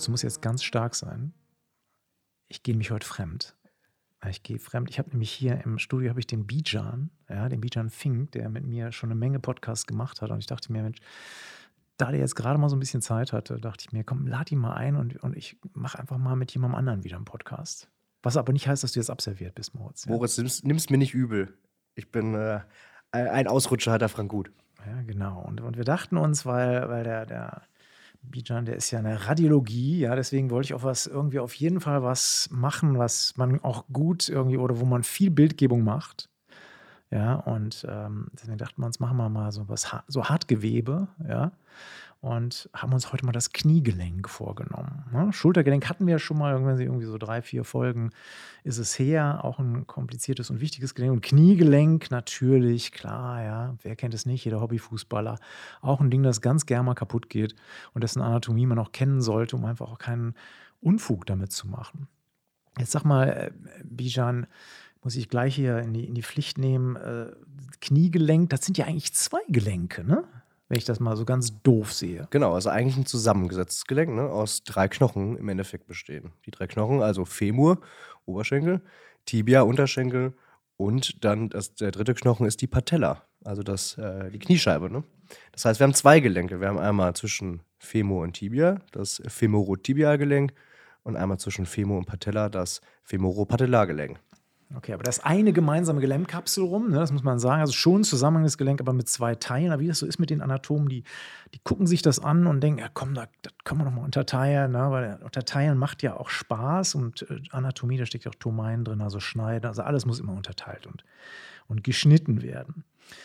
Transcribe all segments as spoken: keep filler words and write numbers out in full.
du musst jetzt ganz stark sein. Ich gehe mich heute fremd. Ich gehe fremd. Ich habe nämlich hier im Studio habe ich den Bijan, ja, den Bijan Fink, der mit mir schon eine Menge Podcasts gemacht hat. Und ich dachte mir, Mensch, da der jetzt gerade mal so ein bisschen Zeit hatte, dachte ich mir, komm, lad ihn mal ein und, und ich mache einfach mal mit jemandem anderen wieder einen Podcast. Was aber nicht heißt, dass du jetzt abserviert bist, Moritz. Ja? Moritz, nimm's, nimm's mir nicht übel. Ich bin äh, ein Ausrutscher, hat der Frank gut. Ja, genau. Und, und wir dachten uns, weil, weil der, der Bijan, der ist ja eine Radiologie, ja, deswegen wollte ich auch was, irgendwie auf jeden Fall was machen, was man auch gut irgendwie oder wo man viel Bildgebung macht. Ja, und ähm, deswegen dachten wir uns, machen wir mal so was, so Hartgewebe, ja, und haben uns heute mal das Kniegelenk vorgenommen. Ne? Schultergelenk hatten wir ja schon mal, irgendwie, irgendwie so drei, vier Folgen ist es her, auch ein kompliziertes und wichtiges Gelenk. Und Kniegelenk natürlich, klar, ja, wer kennt es nicht, jeder Hobbyfußballer, auch ein Ding, das ganz gern mal kaputt geht und dessen Anatomie man auch kennen sollte, um einfach auch keinen Unfug damit zu machen. Jetzt sag mal, äh, Bijan, muss ich gleich hier in die, in die Pflicht nehmen, äh, Kniegelenk, das sind ja eigentlich zwei Gelenke, ne? Wenn ich das mal so ganz doof sehe. Genau, also eigentlich ein zusammengesetztes Gelenk, ne, aus drei Knochen im Endeffekt bestehen. Die drei Knochen, also Femur, Oberschenkel, Tibia, Unterschenkel und dann das, der dritte Knochen ist die Patella, also das, äh, die Kniescheibe. Ne? Das heißt, wir haben zwei Gelenke. Wir haben einmal zwischen Femur und Tibia das Femorotibialgelenk und einmal zwischen Femur und Patella das Femoropatellargelenk. Okay, aber das eine gemeinsame Gelenkkapsel rum, ne, das muss man sagen, also schon ein zusammenhängendes Gelenk, aber mit zwei Teilen. Aber wie das so ist mit den Anatomen, die, die gucken sich das an und denken, ja komm, da, das können wir doch mal unterteilen, ne, weil unterteilen macht ja auch Spaß und äh, Anatomie, da steckt ja auch Tomein drin, also Schneiden, also alles muss immer unterteilt und, und geschnitten werden.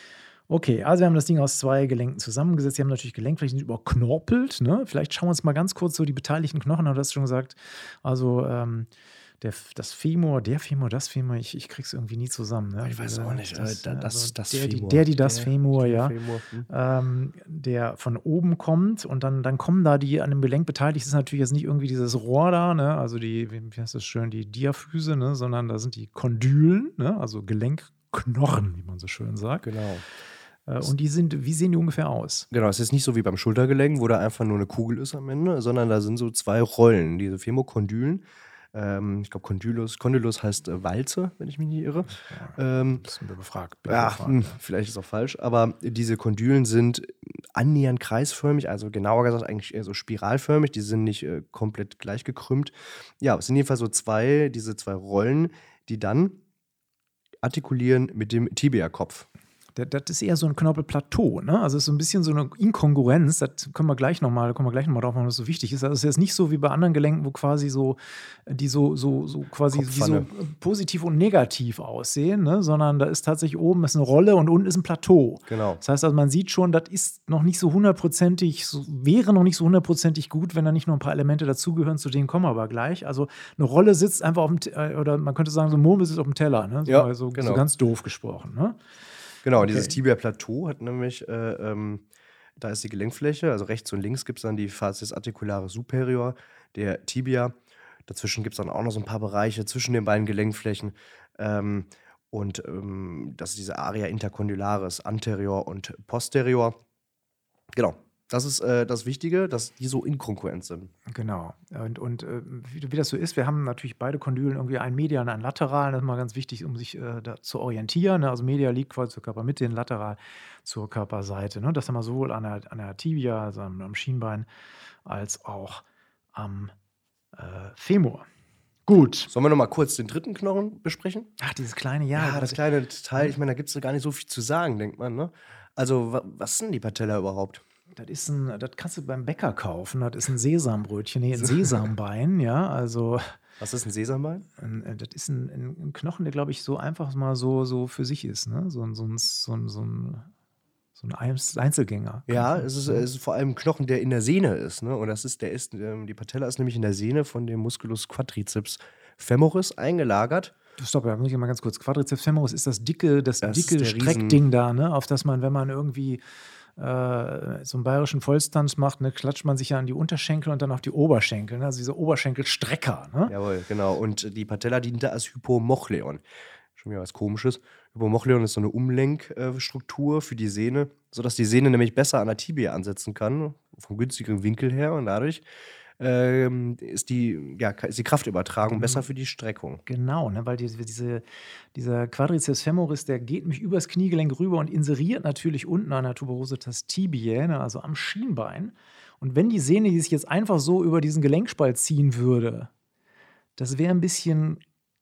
Okay, also wir haben das Ding aus zwei Gelenken zusammengesetzt. Sie haben natürlich Gelenkflächen überknorpelt. Ne? Vielleicht schauen wir uns mal ganz kurz so die beteiligten Knochen an. Du hast schon gesagt, also ähm, der, das Femur, der Femur, das Femur, ich, ich krieg's irgendwie nie zusammen. Ne? Ich weiß auch nicht, das, äh, das, also das der, die, Femur. der, die, das Der, Femur, der ja. Femur, hm. Ähm, der von oben kommt und dann, dann kommen da die an dem Gelenk beteiligt. Das ist natürlich jetzt nicht irgendwie dieses Rohr da, ne? Also die, wie heißt das schön, die Diaphyse, ne? Sondern da sind die Kondylen, ne? Also Gelenkknochen, wie man so schön sagt. Genau. Und die sind, wie sehen die ungefähr aus? Genau, es ist nicht so wie beim Schultergelenk, wo da einfach nur eine Kugel ist am Ende, sondern da sind so zwei Rollen, diese Femokondylen. Ähm, ich glaube, Condylus, Condylus heißt äh, Walze, wenn ich mich nicht irre. Ja, ähm, bisschen befragt. ja, befragt hm, ja. vielleicht ist auch falsch, aber diese Kondylen sind annähernd kreisförmig, also genauer gesagt eigentlich eher so spiralförmig, die sind nicht äh, komplett gleich gekrümmt. Ja, es sind jedenfalls so zwei, diese zwei Rollen, die dann artikulieren mit dem Tibiakopf. Das, das ist eher so ein Knorpelplateau, ne? Also es ist so ein bisschen so eine Inkongruenz, das können wir gleich nochmal, da kommen wir gleich nochmal drauf, warum das so wichtig ist. Also es ist jetzt nicht so wie bei anderen Gelenken, wo quasi so, die so, so, so quasi die so positiv und negativ aussehen, ne? Sondern da ist tatsächlich oben ist eine Rolle und unten ist ein Plateau. Genau. Das heißt also, man sieht schon, das ist noch nicht so hundertprozentig, so, wäre noch nicht so hundertprozentig gut, wenn da nicht noch ein paar Elemente dazugehören, zu denen kommen wir aber gleich. Also eine Rolle sitzt einfach auf dem, oder man könnte sagen, so ein Murmel sitzt auf dem Teller, ne? So, ja, so, genau. so ganz doof gesprochen, ne? Genau, Okay. und dieses Tibia-Plateau hat nämlich, äh, ähm, da ist die Gelenkfläche, also rechts und links gibt es dann die Fascies articularis superior, der Tibia. Dazwischen gibt es dann auch noch so ein paar Bereiche zwischen den beiden Gelenkflächen. Ähm, und ähm, das ist diese Area intercondylaris, anterior und posterior. Genau. Das ist äh, das Wichtige, dass die so inkongruent sind. Genau. Und, und äh, wie, wie das so ist, wir haben natürlich beide Kondylen irgendwie einen medial und einen lateral. Das ist mal ganz wichtig, um sich äh, da zu orientieren. Ne? Also medial liegt quasi zur Körpermitte, lateral zur Körperseite. Ne? Das haben wir sowohl an der, an der Tibia, also am, am Schienbein, als auch am äh, Femur. Gut. Sollen wir noch mal kurz den dritten Knochen besprechen? Ach, dieses kleine, ja. Ja, das kleine Teil, ich meine, da gibt es gar nicht so viel zu sagen, denkt man, ne? Also, wa- was ist denn die Patella überhaupt? Das ist ein, das kannst du beim Bäcker kaufen. Das ist ein Sesambrötchen, nee, ein Sesambein, ja. Also, Was ist ein Sesambein? ein, äh, das ist ein, ein, ein Knochen, der, glaube ich, so einfach mal so, so für sich ist, ne? So, ein- so, ein- so, ein- so, ein, so ein Einz- Einzelgänger. Ja, es ist, es ist vor allem ein Knochen, der in der Sehne ist, ne? Und das ist, der ist, ähm, die Patella ist nämlich in der Sehne von dem Musculus quadriceps femoris eingelagert. Stopp, da muss ich mal ganz kurz. Quadriceps femoris ist das dicke, das, Das dicke ist der Streckding da, ne? Auf das man, wenn man irgendwie äh, so einen bayerischen Vollstanz macht, ne, klatscht man sich ja an die Unterschenkel und dann auf die Oberschenkel, ne? Also diese Oberschenkelstrecker, ne? Jawohl, genau. Und die Patella diente als Hypomochleon. Schon wieder was Komisches. Hypomochleon ist so eine Umlenkstruktur für die Sehne, sodass die Sehne nämlich besser an der Tibia ansetzen kann, vom günstigeren Winkel her. Und dadurch ähm, ist, die, ja, ist die Kraftübertragung besser für die Streckung. Genau, ne, weil diese, diese, dieser Quadriceps femoris, der geht nämlich übers Kniegelenk rüber und inseriert natürlich unten an der Tuberositas tibiae, ne, also am Schienbein. Und wenn die Sehne die sich jetzt einfach so über diesen Gelenkspalt ziehen würde, das wäre ein bisschen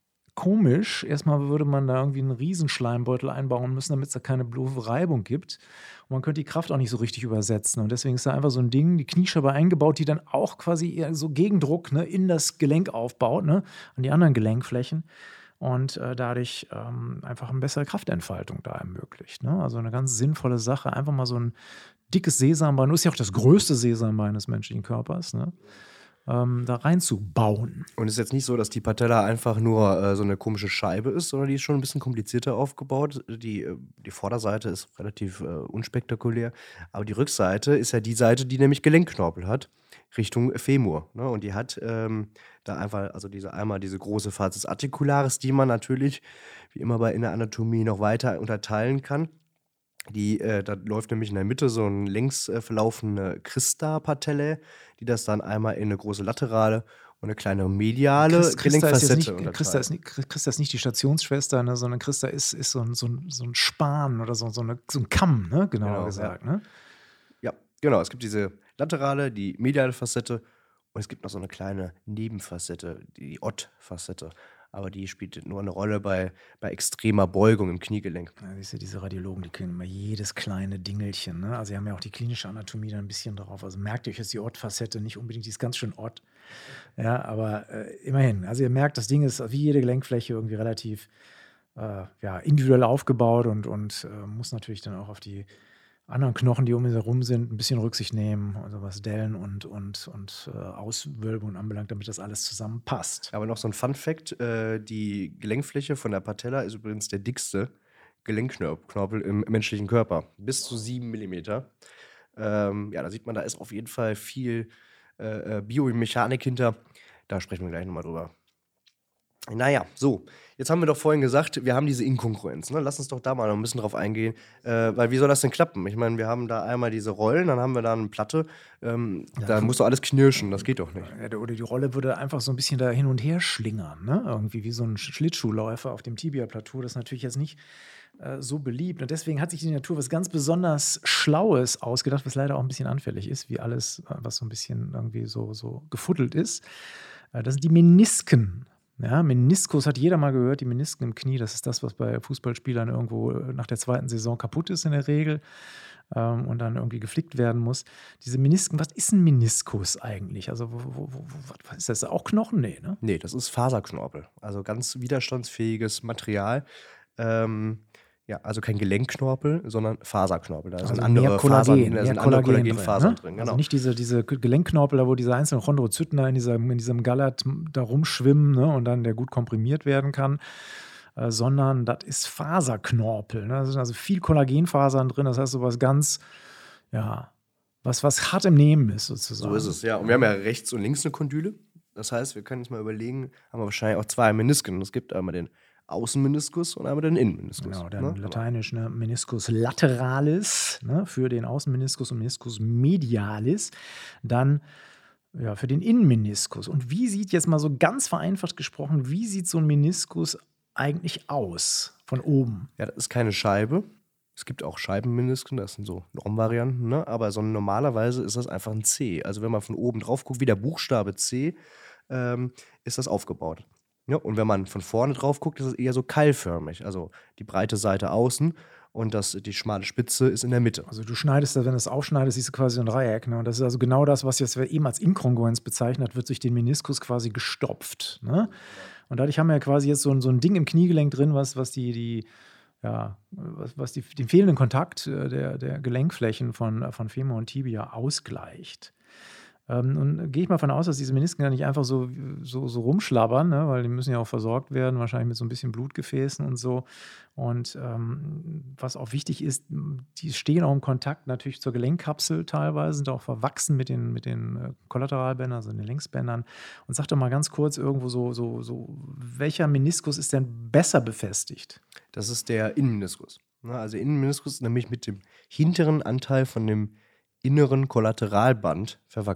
komisch. Erstmal würde man da irgendwie einen Riesenschleimbeutel einbauen müssen, damit es da keine blöde Reibung gibt. Und man könnte die Kraft auch nicht so richtig übersetzen. Und deswegen ist da einfach so ein Ding, die Kniescheibe eingebaut, die dann auch quasi eher so Gegendruck, ne, in das Gelenk aufbaut, ne, an die anderen Gelenkflächen. Und äh, dadurch ähm, einfach eine bessere Kraftentfaltung da ermöglicht. Ne? Also eine ganz sinnvolle Sache. Einfach mal so ein dickes Sesambein, das ist ja auch das größte Sesambein des menschlichen Körpers, ne? ähm, da reinzubauen. Und es ist jetzt nicht so, dass die Patella einfach nur äh, so eine komische Scheibe ist, sondern die ist schon ein bisschen komplizierter aufgebaut. Die, äh, die Vorderseite ist relativ äh, unspektakulär, aber die Rückseite ist ja die Seite, die nämlich Gelenkknorpel hat, Richtung Femur. Ne? Und die hat ähm, da einfach, also diese einmal diese große Fasces articularis, die man natürlich, wie immer bei in der Anatomie, noch weiter unterteilen kann. Die, äh, da läuft nämlich in der Mitte so ein längs äh, verlaufende Christa-Patelle, die das dann einmal in eine große laterale und eine kleine mediale Christ, Christa, ist jetzt Gelenkfacette nicht, Christa, ist nicht, Christa ist nicht die Stationsschwester, ne, sondern Christa ist, ist so, ein, so, ein, so ein Span oder so, so, eine, so ein Kamm, ne, genauer Genau, gesagt. ja. Ne? Ja, genau. Es gibt diese laterale, die mediale Facette und es gibt noch so eine kleine Nebenfacette, die Ott-Facette. Aber die spielt nur eine Rolle bei, bei extremer Beugung im Kniegelenk. Ja, siehst du, diese Radiologen, die kennen immer jedes kleine Dingelchen. Ne? Also, sie haben ja auch die klinische Anatomie da ein bisschen drauf. Also, merkt ihr euch jetzt die Ott-Facette nicht unbedingt, die ist ganz schön Ott. Ja, aber äh, immerhin. Also, ihr merkt, das Ding ist wie jede Gelenkfläche irgendwie relativ äh, ja, individuell aufgebaut und, und äh, muss natürlich dann auch auf die anderen Knochen, die um ihn herum sind, ein bisschen Rücksicht nehmen, also was Dellen und, und, und äh, Auswölbungen anbelangt, damit das alles zusammenpasst. Aber noch so ein Fun-Fact: äh, Die Gelenkfläche von der Patella ist übrigens der dickste Gelenkknorpel im menschlichen Körper. Bis zu sieben Millimeter. Ähm, ja, da sieht man, da ist auf jeden Fall viel äh, äh, Biomechanik hinter. Da sprechen wir gleich nochmal drüber. Naja, so, jetzt haben wir doch vorhin gesagt, wir haben diese Inkongruenz. Ne? Lass uns doch da mal noch ein bisschen drauf eingehen. Äh, weil wie soll das denn klappen? Ich meine, wir haben da einmal diese Rollen, dann haben wir da eine Platte. Ähm, Ja, da fu- muss doch alles knirschen, das geht doch nicht. Ja, Oder die Rolle würde einfach so ein bisschen da hin und her schlingern, ne? Irgendwie wie so ein Sch- Schlittschuhläufer auf dem Tibia-Plateau. Das ist natürlich jetzt nicht äh, so beliebt. Und deswegen hat sich die Natur was ganz besonders Schlaues ausgedacht, was leider auch ein bisschen anfällig ist, wie alles, äh, was so ein bisschen irgendwie so, so gefuddelt ist. Äh, das sind die Menisken. Ja, Meniskus hat jeder mal gehört, die Menisken im Knie. Das ist das, was bei Fußballspielern irgendwo äh, nach der zweiten Saison kaputt ist in der Regel ähm, und dann irgendwie geflickt werden muss. Diese Menisken, was ist ein Meniskus eigentlich? Also, wo, wo, wo, was ist das? Auch Knochen? Nee, ne? Nee, das ist Faserknorpel. Also ganz widerstandsfähiges Material. Ähm, ja, also kein Gelenkknorpel, sondern Faserknorpel. Da sind Also andere mehr Fasern, Kollagen, da mehr sind andere Kollagen drin. Kollagenfasern Ne? drin. Also Genau. nicht diese, diese Gelenkknorpel, da wo diese einzelnen Chondrozyten da in diesem, in diesem Gallat da rumschwimmen, ne? Und dann der gut komprimiert werden kann, äh, sondern das ist Faserknorpel. Ne? Da sind also viel Kollagenfasern drin. Das heißt, sowas ganz, ja, was, was hart im Nehmen ist sozusagen. So ist es, ja. Und wir haben ja rechts und links eine Kondyle. Das heißt, wir können uns mal überlegen, haben wir wahrscheinlich auch zwei Menisken. Es gibt einmal den Außenmeniskus und einmal den Innenmeniskus. Genau, dann ne? lateinisch ne, Meniscus lateralis, ne, für den Außenmeniskus und Meniscus medialis. Dann ja, für den Innenmeniskus. Und wie sieht jetzt mal so ganz vereinfacht gesprochen, wie sieht so ein Meniskus eigentlich aus von oben? Ja, das ist keine Scheibe. Es gibt auch Scheibenmenisken, das sind so Normvarianten, ne? Aber so normalerweise ist das einfach ein C. Also wenn man von oben drauf guckt, wie der Buchstabe C, ähm, ist das aufgebaut. Ja, und wenn man von vorne drauf guckt, ist es eher so keilförmig. Also die breite Seite außen und das, die schmale Spitze ist in der Mitte. Also du schneidest da, wenn du es aufschneidest, siehst du quasi so ein Dreieck. Ne? Und das ist also genau das, was jetzt eben als Inkongruenz bezeichnet wird, durch den Meniskus quasi gestopft. Ne? Und dadurch haben wir ja quasi jetzt so ein, so ein Ding im Kniegelenk drin, was, was die, die ja, was, was die, den fehlenden Kontakt äh, der, der Gelenkflächen von, von Femur und Tibia ausgleicht. Ähm, und gehe ich mal davon aus, dass diese Menisken ja nicht einfach so, so, so rumschlabbern, ne? Weil die müssen ja auch versorgt werden, wahrscheinlich mit so ein bisschen Blutgefäßen und so. Und ähm, was auch wichtig ist, die stehen auch im Kontakt natürlich zur Gelenkkapsel teilweise, sind auch verwachsen mit den, mit den äh, Kollateralbändern, also den Längsbändern. Und sag doch mal ganz kurz irgendwo so, so, so, welcher Meniskus ist denn besser befestigt? Das ist der Innenmeniskus. Ne? Also Innenmeniskus ist nämlich mit dem hinteren Anteil von dem inneren Kollateralband verwachsen.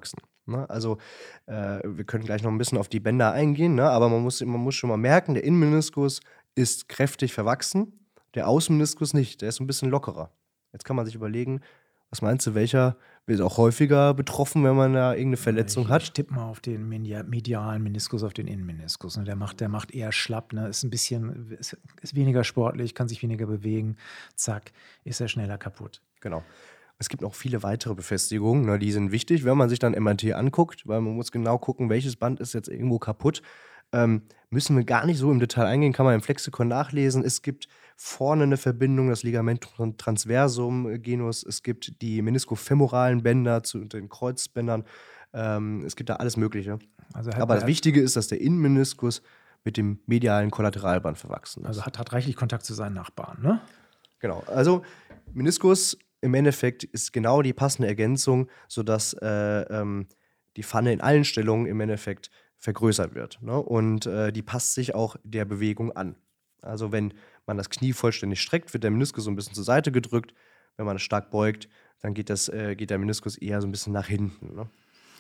Ne? Also äh, wir können gleich noch ein bisschen auf die Bänder eingehen, ne? Aber man muss, man muss schon mal merken, der Innenmeniskus ist kräftig verwachsen, der Außenmeniskus nicht, der ist ein bisschen lockerer. Jetzt kann man sich überlegen, was meinst du, welcher wird auch häufiger betroffen, wenn man da irgendeine Verletzung ich, hat? Ich tippe mal auf den media- medialen Meniskus, auf den Innenmeniskus. Ne? Der, macht, der macht eher schlapp, ne? Ist ein bisschen, ist, ist weniger sportlich, kann sich weniger bewegen. Zack, ist er schneller kaputt. Genau. Es gibt noch viele weitere Befestigungen, ne, die sind wichtig, wenn man sich dann M R T anguckt, weil man muss genau gucken, welches Band ist jetzt irgendwo kaputt. Ähm, müssen wir gar nicht so im Detail eingehen, kann man im Flexikon nachlesen. Es gibt vorne eine Verbindung, das Ligamentum transversum äh, genus. Es gibt die meniskofemoralen Bänder zu den Kreuzbändern. Ähm, es gibt da alles Mögliche. Also hat, Aber das hat, Wichtige ist, dass der Innenmeniskus mit dem medialen Kollateralband verwachsen ist. Also hat, hat reichlich Kontakt zu seinen Nachbarn, ne? Genau. Also Meniskus im Endeffekt ist genau die passende Ergänzung, sodass äh, ähm, die Pfanne in allen Stellungen im Endeffekt vergrößert wird. Ne? Und äh, die passt sich auch der Bewegung an. Also wenn man das Knie vollständig streckt, wird der Meniskus so ein bisschen zur Seite gedrückt. Wenn man es stark beugt, dann geht, das, äh, geht der Meniskus eher so ein bisschen nach hinten. Ne?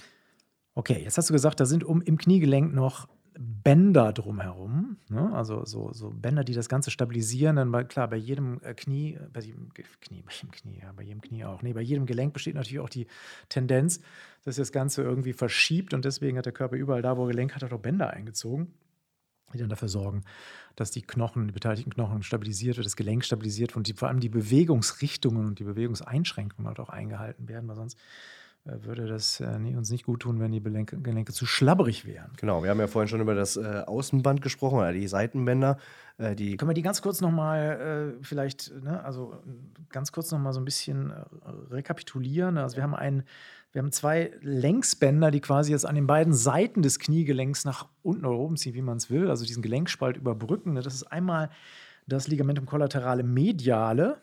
Okay, jetzt hast du gesagt, da sind um im Kniegelenk noch Bänder drumherum, ne? Also so, so Bänder, die das Ganze stabilisieren. Dann bei, klar, bei jedem äh, Knie, bei jedem Ge- Knie, bei jedem Knie, ja, bei jedem Knie auch. Nee, bei jedem Gelenk besteht natürlich auch die Tendenz, dass das Ganze irgendwie verschiebt und deswegen hat der Körper überall da, wo er Gelenk hat, hat auch Bänder eingezogen, die dann dafür sorgen, dass die Knochen, die beteiligten Knochen stabilisiert wird, das Gelenk stabilisiert wird und die, vor allem die Bewegungsrichtungen und die Bewegungseinschränkungen halt auch eingehalten werden, weil sonst äh, würde das äh, nie, uns nicht gut tun, wenn die Gelenke, Gelenke zu schlabberig wären. Genau, wir haben ja vorhin schon über das äh, Außenband gesprochen, oder die Seitenbänder. Äh, die Können wir die ganz kurz nochmal äh, vielleicht, ne, also äh, ganz kurz nochmal so ein bisschen äh, rekapitulieren? Also wir haben einen, wir haben zwei Längsbänder, die quasi jetzt an den beiden Seiten des Kniegelenks nach unten oder oben ziehen, wie man es will, also diesen Gelenkspalt überbrücken. Ne? Das ist einmal das Ligamentum collaterale mediale,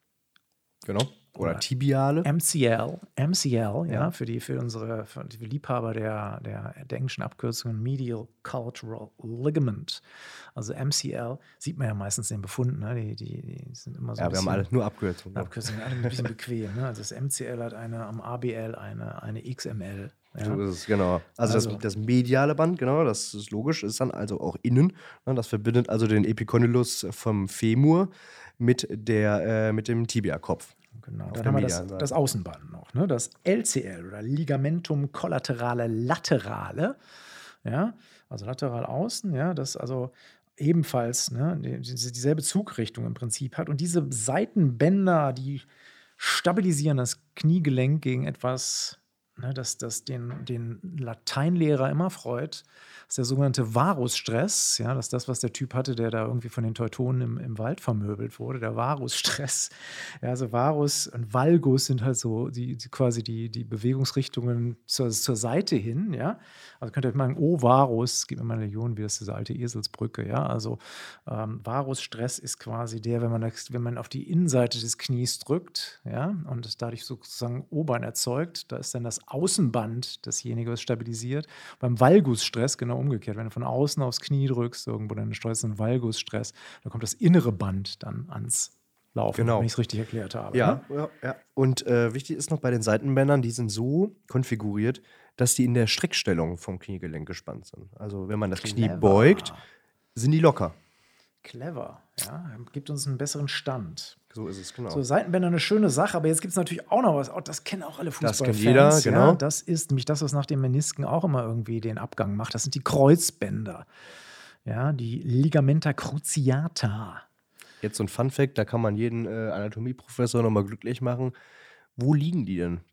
genau. Oder Oder tibiale. M C L, M C L, ja, Ja. für die, für unsere für die Liebhaber der, der, der englischen Abkürzungen Medial Collateral Ligament. Also M C L sieht man ja meistens in den Befunden, ne? die, die, die sind immer so Ja, ein wir haben bisschen alle nur Abkürzungen. Ja. Abkürzungen, alle ein bisschen bequem. Ne? Also das M C L hat eine am A B L, eine, eine X M L. Ja? So ist es, genau. Also, Also- das, das mediale Band, genau, das ist logisch, ist dann also auch innen. Ne, das verbindet also den Epicondylus vom Femur mit, der, äh, mit dem Tibiakopf. Genau, Auf dann der haben wir das, medialen Seite. das Außenband noch, ne? Das L C L oder Ligamentum collaterale laterale, ja, also lateral außen, ja, das also ebenfalls ne, die- die- dieselbe Zugrichtung im Prinzip hat. Und diese Seitenbänder, die stabilisieren das Kniegelenk gegen etwas, ne, das, das den, den Lateinlehrer immer freut. Das ist der sogenannte Varusstress. Ja, das ist das, was der Typ hatte, der da irgendwie von den Teutonen im, im Wald vermöbelt wurde. Der Varusstress. Ja, also Varus und Valgus sind halt so die, die quasi die, die Bewegungsrichtungen zur, zur Seite hin. Ja, also könnt ihr euch mal oh, Varus, gib mir mal eine Legion, wie das diese alte Eselsbrücke. Ja, also ähm, Varusstress ist quasi der, wenn man, das, wenn man auf die Innenseite des Knies drückt, ja, und es dadurch sozusagen O-Bein erzeugt, da ist dann das Außenband desjenigen, was stabilisiert. Beim Valgusstress genau umgekehrt. Wenn du von außen aufs Knie drückst, irgendwo, dann steuerst du einen Valgusstress, dann kommt das innere Band dann ans Laufen, Genau. wenn ich es richtig erklärt habe. Ja, Ne? ja, ja. Und äh, wichtig ist noch bei den Seitenbändern, die sind so konfiguriert, dass die in der Streckstellung vom Kniegelenk gespannt sind. Also wenn man das Knie Clever. beugt, sind die locker. Clever, ja, gibt uns einen besseren Stand. So ist es, genau. So, Seitenbänder eine schöne Sache, aber jetzt gibt es natürlich auch noch was, oh, das kennen auch alle kennt Fußballfans. jeder, genau. Ja, das ist nämlich das, was nach den Menisken auch immer irgendwie den Abgang macht. Das sind die Kreuzbänder. Ja, die Ligamenta cruciata. Jetzt so ein Fun-Fact, da kann man jeden äh, Anatomieprofessor nochmal glücklich machen. Wo liegen die denn?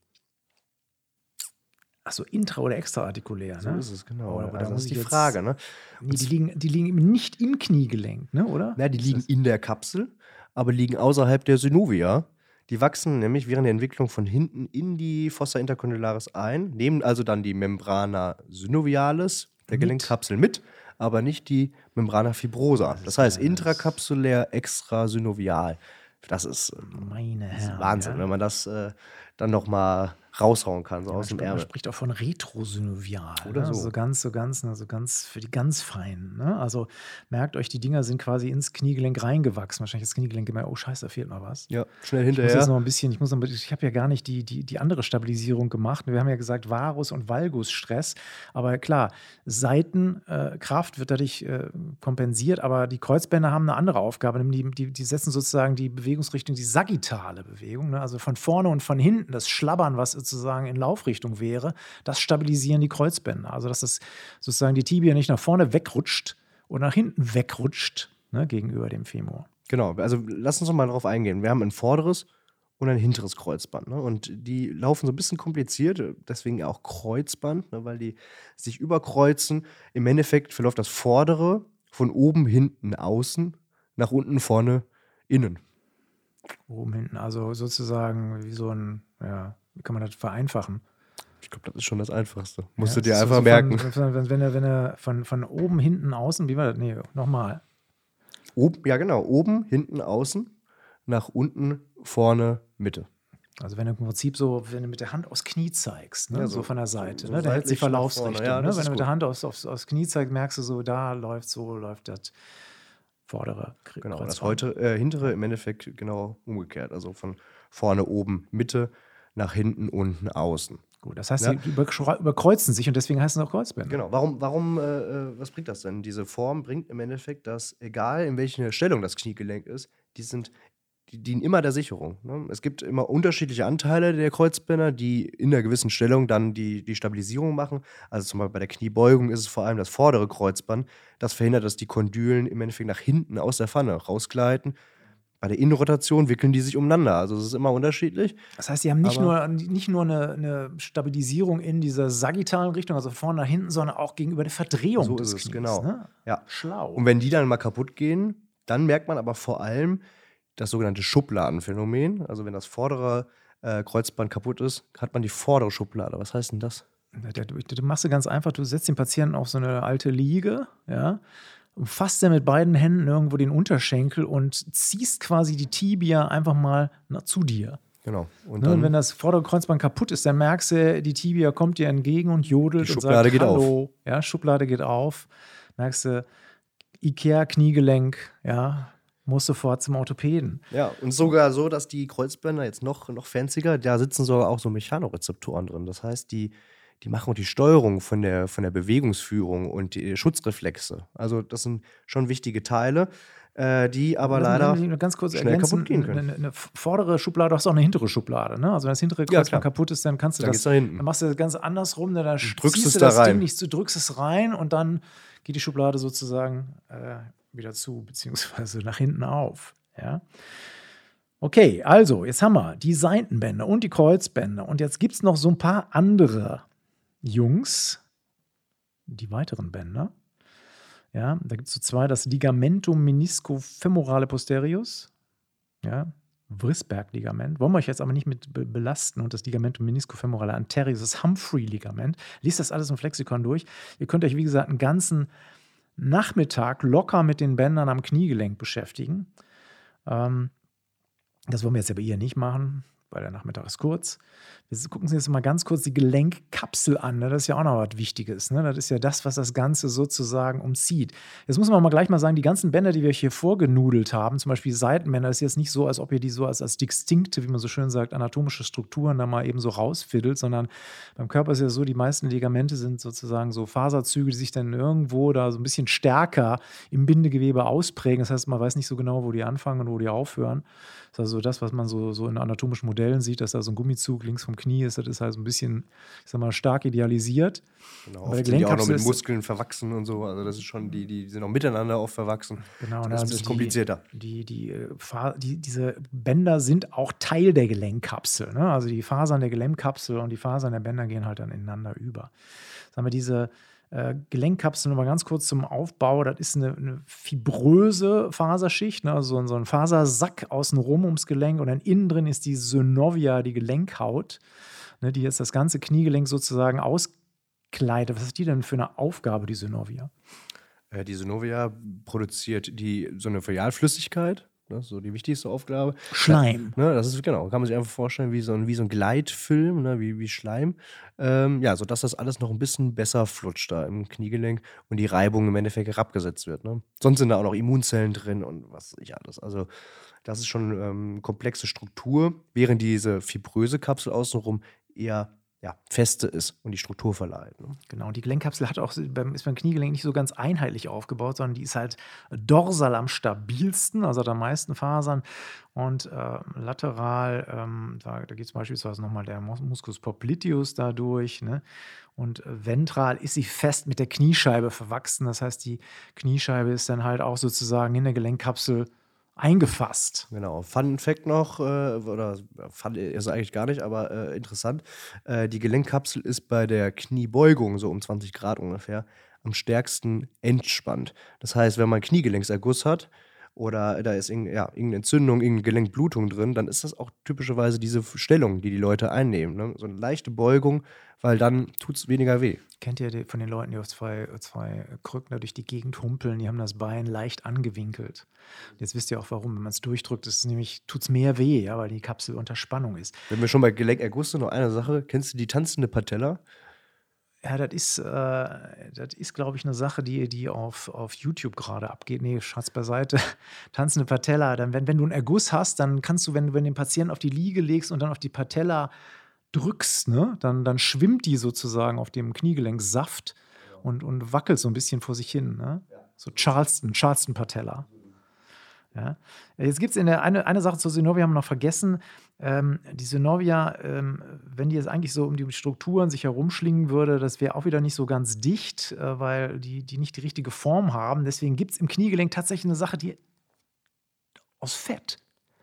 Achso, intra- oder extraartikulär, So ne? ist es, genau. Oh, aber da also das muss ist ich die jetzt- Frage, ne? Nee, die, liegen, die liegen eben nicht im Kniegelenk, ne, oder? Na, die Ist liegen das- in der Kapsel, aber liegen außerhalb der Synovia. Die wachsen nämlich während der Entwicklung von hinten in die Fossa intercondylaris ein, nehmen also dann die Membrana synovialis der Mit. Gelenkkapsel mit, aber nicht die Membrana fibrosa. Das Das ist heißt ja das- intrakapsulär extrasynovial. Das ist, äh, Meine das ist Herren. Wahnsinn, ja. wenn man das, äh, dann nochmal raushauen kann, so Ja, man, aus dem spricht, man Ärmel. spricht auch von Retrosynovial. Oder Ne? so. Also ganz, so ganz, ne, so ganz für die ganz Feinen. Ne? Also merkt euch, die Dinger sind quasi ins Kniegelenk reingewachsen. Wahrscheinlich das Kniegelenk immer, oh Scheiße, da fehlt noch was. Ja, schnell Ich muss jetzt hinterher. noch ein bisschen, ich muss noch, ich habe ja gar nicht die, die, die andere Stabilisierung gemacht. Wir haben ja gesagt, Varus- und Valgusstress. Aber klar, Seitenkraft wird dadurch äh, kompensiert, aber die Kreuzbänder haben eine andere Aufgabe. Nämlich die, die, die setzen sozusagen die Bewegungsrichtung, die sagittale Bewegung, ne? Also von vorne und von hinten, das Schlabbern, was sozusagen in Laufrichtung wäre, das stabilisieren die Kreuzbänder. Also dass das sozusagen die Tibia nicht nach vorne wegrutscht und nach hinten wegrutscht, ne, gegenüber dem Femur. Genau, also lass uns doch mal darauf eingehen. Wir haben ein vorderes und ein hinteres Kreuzband. Ne? Und die laufen so ein bisschen kompliziert, deswegen auch Kreuzband, ne? Weil die sich überkreuzen. Im Endeffekt verläuft das vordere von oben, hinten, außen, nach unten, vorne, innen. Oben, hinten, also sozusagen wie so ein, ja, wie kann man das vereinfachen? Ich glaube, das ist schon das Einfachste. Musst Ja, du dir es ist einfach so merken. Von, wenn, wenn, er, wenn er von, von oben, hinten, außen, wie war das? Nee, nochmal. Oben, ja, genau. Oben, hinten, außen, nach unten, vorne, Mitte. Also wenn du im Prinzip so, wenn du mit der Hand aufs Knie zeigst, ne? Ja, so, so- von der Seite, so ne? Da hält die seitlich nach Verlaufsrichtung. vorne. Ja, ne? das Wenn ist du mit gut. der Hand aufs, aufs, aufs Knie zeigst, merkst du so, da läuft so, läuft das vordere Kre- Genau, das Kreuzband. heute, äh, hintere im Endeffekt genau umgekehrt. Also von vorne, oben, Mitte, nach hinten, unten, außen. Gut, das heißt, Ja. die überkre- überkreuzen sich und deswegen heißen es auch Kreuzbänder. Genau. Warum, warum äh, äh, was bringt das denn? Diese Form bringt im Endeffekt, dass egal in welcher Stellung das Kniegelenk ist, die sind, die dienen immer der Sicherung. Ne? Es gibt immer unterschiedliche Anteile der Kreuzbänder, die in einer gewissen Stellung dann die, die Stabilisierung machen. Also zum Beispiel bei der Kniebeugung ist es vor allem das vordere Kreuzband, das verhindert, dass die Kondylen im Endeffekt nach hinten aus der Pfanne rausgleiten. Bei der Innenrotation wickeln die sich umeinander. Also es ist immer unterschiedlich. Das heißt, die haben nicht Aber- nur, nicht nur eine, eine Stabilisierung in dieser sagittalen Richtung, also vorne nach hinten, sondern auch gegenüber der Verdrehung So des ist es, Knies. genau. Ne? Ja. Schlau. Und wenn die dann mal kaputt gehen, dann merkt man aber vor allem das sogenannte Schubladenphänomen. Also wenn das vordere äh, Kreuzband kaputt ist, hat man die vordere Schublade. Was heißt denn das? Du, du machst es ganz einfach, du setzt den Patienten auf so eine alte Liege, ja, umfasst er mit beiden Händen irgendwo den Unterschenkel und ziehst quasi die Tibia einfach mal nach, zu dir. Genau. Und Ne, dann und wenn das vordere Kreuzband kaputt ist, dann merkst du, die Tibia kommt dir entgegen und jodelt Die und Schublade sagt geht auf. Hallo. Ja, Schublade geht auf. Merkst du, Ikea-Kniegelenk, ja, muss sofort zum Orthopäden. ja, und sogar so, dass die Kreuzbänder jetzt noch, noch fancier, da sitzen sogar auch so Mechanorezeptoren drin. Das heißt, die, die machen auch die Steuerung von der, von der Bewegungsführung und die Schutzreflexe. Also das sind schon wichtige Teile, äh, die aber Lass mich- leider lass mich nur ganz kurz schnell ergänzen, kaputt gehen können. Eine, eine vordere Schublade, hast du auch eine hintere Schublade. Ne? Also wenn das hintere Ja, Kreuzband klar. kaputt ist, dann kannst du Dann das, geht's nach hinten. dann machst du das ganz andersrum, ne? Da drückst ziehst es du da das rein. Ding nicht zu, drückst es rein und dann geht die Schublade sozusagen äh, wieder zu, beziehungsweise nach hinten auf. Ja? Okay, also jetzt haben wir die Seitenbänder und die Kreuzbänder und jetzt gibt es noch so ein paar andere Jungs, die weiteren Bänder. Ja, da gibt es so zwei, das Ligamentum meniscofemorale posterius, ja, Wrisberg-Ligament. Wollen wir euch jetzt aber nicht mit be belasten und das Ligamentum meniscofemorale anterius, das Humphrey-Ligament. Liest das alles im Flexikon durch. Ihr könnt euch, wie gesagt, einen ganzen Nachmittag locker mit den Bändern am Kniegelenk beschäftigen. Ähm, das wollen wir jetzt aber hier nicht machen, weil der Nachmittag ist kurz. Wir gucken uns jetzt mal ganz kurz die Gelenkkapsel an. Ne? Das ist ja auch noch was Wichtiges. Ne? Das ist ja das, was das Ganze sozusagen umzieht. Jetzt muss man mal gleich mal sagen, die ganzen Bänder, die wir euch hier vorgenudelt haben, zum Beispiel Seitenbänder, ist jetzt nicht so, als ob ihr die so als, als distinkte, wie man so schön sagt, anatomische Strukturen da mal eben so rausfiddelt, sondern beim Körper ist ja so, die meisten Ligamente sind sozusagen so Faserzüge, die sich dann irgendwo da so ein bisschen stärker im Bindegewebe ausprägen. Das heißt, man weiß nicht so genau, wo die anfangen und wo die aufhören. Das ist also das, was man so, so in anatomischen Modellen sieht, dass da so ein Gummizug links vom Knie ist. Das ist halt so ein bisschen, ich sag mal, stark idealisiert. Genau, Bei der oft sind die auch noch Gelenkkapsel mit ist- Muskeln verwachsen und so. Also das ist schon, die, die sind auch miteinander oft verwachsen. Genau, Das ne, ist ein also bisschen die- komplizierter. Die, die, äh, Fa- die, diese Bänder sind auch Teil der Gelenkkapsel. Ne? Also die Fasern der Gelenkkapsel und die Fasern der Bänder gehen halt dann ineinander über. Sagen wir, diese äh, Gelenkkapsel, nochmal ganz kurz zum Aufbau, das ist eine, eine fibröse Faserschicht, ne? Also so, ein- so ein Fasersack außenrum ums Gelenk und dann innen drin ist die Synovia, die Gelenkhaut, ne? Die jetzt das ganze Kniegelenk sozusagen auskleidet. Was hat die denn für eine Aufgabe, die Synovia? Äh, die Synovia produziert die synovialflüssigkeit. ne? So die wichtigste Aufgabe. Schleim. Ja, ne, das ist genau, kann man sich einfach vorstellen wie so ein, wie so ein Gleitfilm, ne? wie, wie Schleim. Ähm, ja, sodass das alles noch ein bisschen besser flutscht da im Kniegelenk und die Reibung im Endeffekt herabgesetzt wird. Ne? Sonst sind da auch noch Immunzellen drin und was weiß ich alles. Also das ist schon ähm, komplexe Struktur, während diese fibröse Kapsel außenrum eher ja, feste ist und die Struktur verleiht. Ne? Genau, die Gelenkkapsel hat auch, beim, ist beim Kniegelenk nicht so ganz einheitlich aufgebaut, sondern die ist halt dorsal am stabilsten, also hat am meisten Fasern und äh, lateral, ähm, da, da geht es beispielsweise nochmal der Musculus popliteus dadurch, ne? Und äh, ventral ist sie fest mit der Kniescheibe verwachsen, das heißt, die Kniescheibe ist dann halt auch sozusagen in der Gelenkkapsel eingefasst. Genau. Fun Fact noch, äh, oder Fun ist eigentlich gar nicht, aber äh, interessant. Äh, die Gelenkkapsel ist bei der Kniebeugung, so um zwanzig Grad ungefähr, am stärksten entspannt. Das heißt, wenn man Kniegelenkserguss hat oder da ist irgend, ja, irgendeine Entzündung, irgendeine Gelenkblutung drin, dann ist das auch typischerweise diese Stellung, die die Leute einnehmen. Ne? So eine leichte Beugung, weil dann tut es weniger weh. Kennt ihr die, von den Leuten, die auf zwei, zwei Krücken da durch die Gegend humpeln, die haben das Bein leicht angewinkelt. Jetzt wisst ihr auch warum. Wenn man es durchdrückt, ist es nämlich, tut es mehr weh, ja, weil die Kapsel unter Spannung ist. Wenn wir schon bei Gelenkerguss sind, noch eine Sache. Kennst du die tanzende Patella? Ja, das ist, äh, das ist, glaube ich, eine Sache, die, die auf, auf YouTube gerade abgeht. Nee, Schatz beiseite. Tanzende Patella. Dann, wenn, wenn du einen Erguss hast, dann kannst du, wenn du wenn den Patienten auf die Liege legst und dann auf die Patella drückst, ne, dann, dann schwimmt die sozusagen auf dem Kniegelenkssaft und, und wackelt so ein bisschen vor sich hin. Ne? So Charleston, Charleston Patella. Ja. Jetzt gibt es eine, eine Sache zur Synovia, haben wir noch vergessen. Ähm, die Synovia, ähm, wenn die jetzt eigentlich so um die Strukturen sich herumschlingen würde, das wäre auch wieder nicht so ganz dicht, äh, weil die, die nicht die richtige Form haben. Deswegen gibt es im Kniegelenk tatsächlich eine Sache, die aus Fett.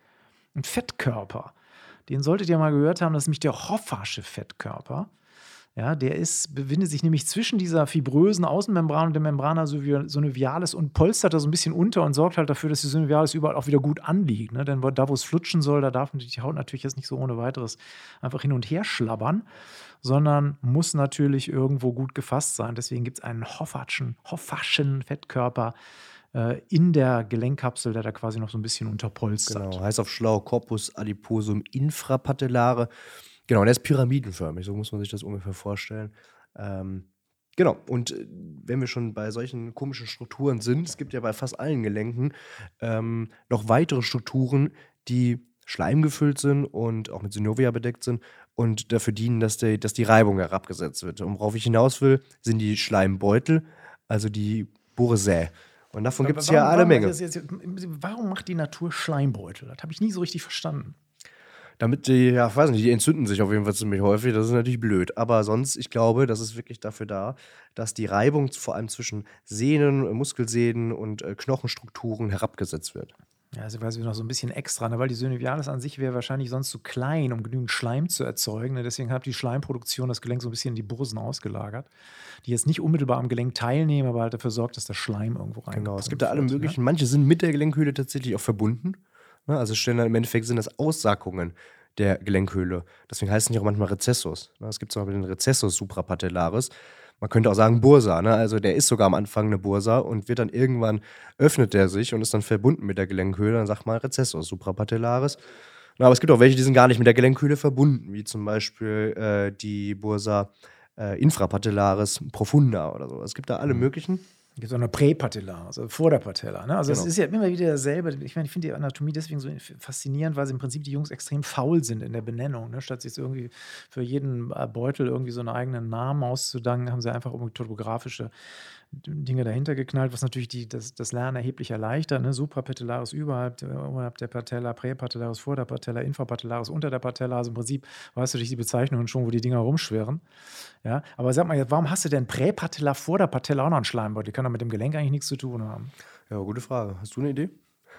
Ein Fettkörper. Den solltet ihr mal gehört haben, das ist nämlich der Hoffasche Fettkörper. Ja, der ist, befindet sich nämlich zwischen dieser fibrösen Außenmembran und der Membrana synovialis und polstert da so ein bisschen unter und sorgt halt dafür, dass die Synovialis überall auch wieder gut anliegt. Ne? Denn da, wo es flutschen soll, da darf die Haut natürlich jetzt nicht so ohne weiteres einfach hin und her schlabbern, sondern muss natürlich irgendwo gut gefasst sein. Deswegen gibt es einen Hoffaschen, Hoffaschen Fettkörper äh, in der Gelenkkapsel, der da quasi noch so ein bisschen unterpolstert. Genau, heißt auf schlau Corpus adiposum infrapatellare. Genau, der ist pyramidenförmig, so muss man sich das ungefähr vorstellen. Ähm, genau, und äh, wenn wir schon bei solchen komischen Strukturen sind, es gibt ja bei fast allen Gelenken ähm, noch weitere Strukturen, die schleimgefüllt sind und auch mit Synovia bedeckt sind und dafür dienen, dass, der, dass die Reibung herabgesetzt wird. Und worauf ich hinaus will, sind die Schleimbeutel, also die Boursae. Und davon gibt es ja alle warum, Menge. Jetzt, jetzt, warum macht die Natur Schleimbeutel? Das habe ich nie so richtig verstanden. Damit die, ja, weiß nicht, die entzünden sich auf jeden Fall ziemlich häufig. Das ist natürlich blöd. Aber sonst, ich glaube, das ist wirklich dafür da, dass die Reibung vor allem zwischen Sehnen, Muskelsehnen und äh, Knochenstrukturen herabgesetzt wird. Ja, also weiß ich noch so ein bisschen extra, ne? Weil die Synovialis an sich wäre wahrscheinlich sonst zu klein, um genügend Schleim zu erzeugen. Ne? Deswegen hat die Schleimproduktion das Gelenk so ein bisschen in die Bursen ausgelagert, die jetzt nicht unmittelbar am Gelenk teilnehmen, aber halt dafür sorgt, dass der Schleim irgendwo rein. Genau, es gibt da alle möglichen. Ne? Manche sind mit der Gelenkhöhle tatsächlich auch verbunden. Ne? Also stellen dann im Endeffekt sind das Aussackungen der Gelenkhöhle. Deswegen heißt es nicht auch manchmal Rezessus. Ne? Es gibt zum Beispiel den Rezessus suprapatellaris. Man könnte auch sagen Bursa, ne? Also der ist sogar am Anfang eine Bursa und wird dann irgendwann, öffnet der sich und ist dann verbunden mit der Gelenkhöhle. Dann sagt man Rezessus suprapatellaris. Na, aber es gibt auch welche, die sind gar nicht mit der Gelenkhöhle verbunden, wie zum Beispiel äh, die Bursa äh, infrapatellaris profunda oder so. Es gibt da alle möglichen. Es gibt auch eine Präpatella, also vor der Patella. Ne? Also es Genau. ist ja immer wieder dasselbe. Ich meine, ich finde die Anatomie deswegen so faszinierend, weil sie im Prinzip die Jungs extrem faul sind in der Benennung. Ne? Statt sich irgendwie für jeden Beutel irgendwie so einen eigenen Namen auszudanken, haben sie einfach irgendwie topografische Dinge dahinter geknallt, was natürlich die, das, das Lernen erheblich erleichtert. Ne? Suprapatellaris überhalb, überhalb der Patella, Präpatellaris vor der Patella, Infrapatellaris unter der Patella. Also im Prinzip weißt du durch die Bezeichnungen schon, wo die Dinger rumschwirren. Ja? Aber sag mal jetzt, warum hast du denn Präpatella vor der Patella auch noch einen Schleimbeutel? Die kann doch mit dem Gelenk eigentlich nichts zu tun haben. Ja, gute Frage. Hast du eine Idee?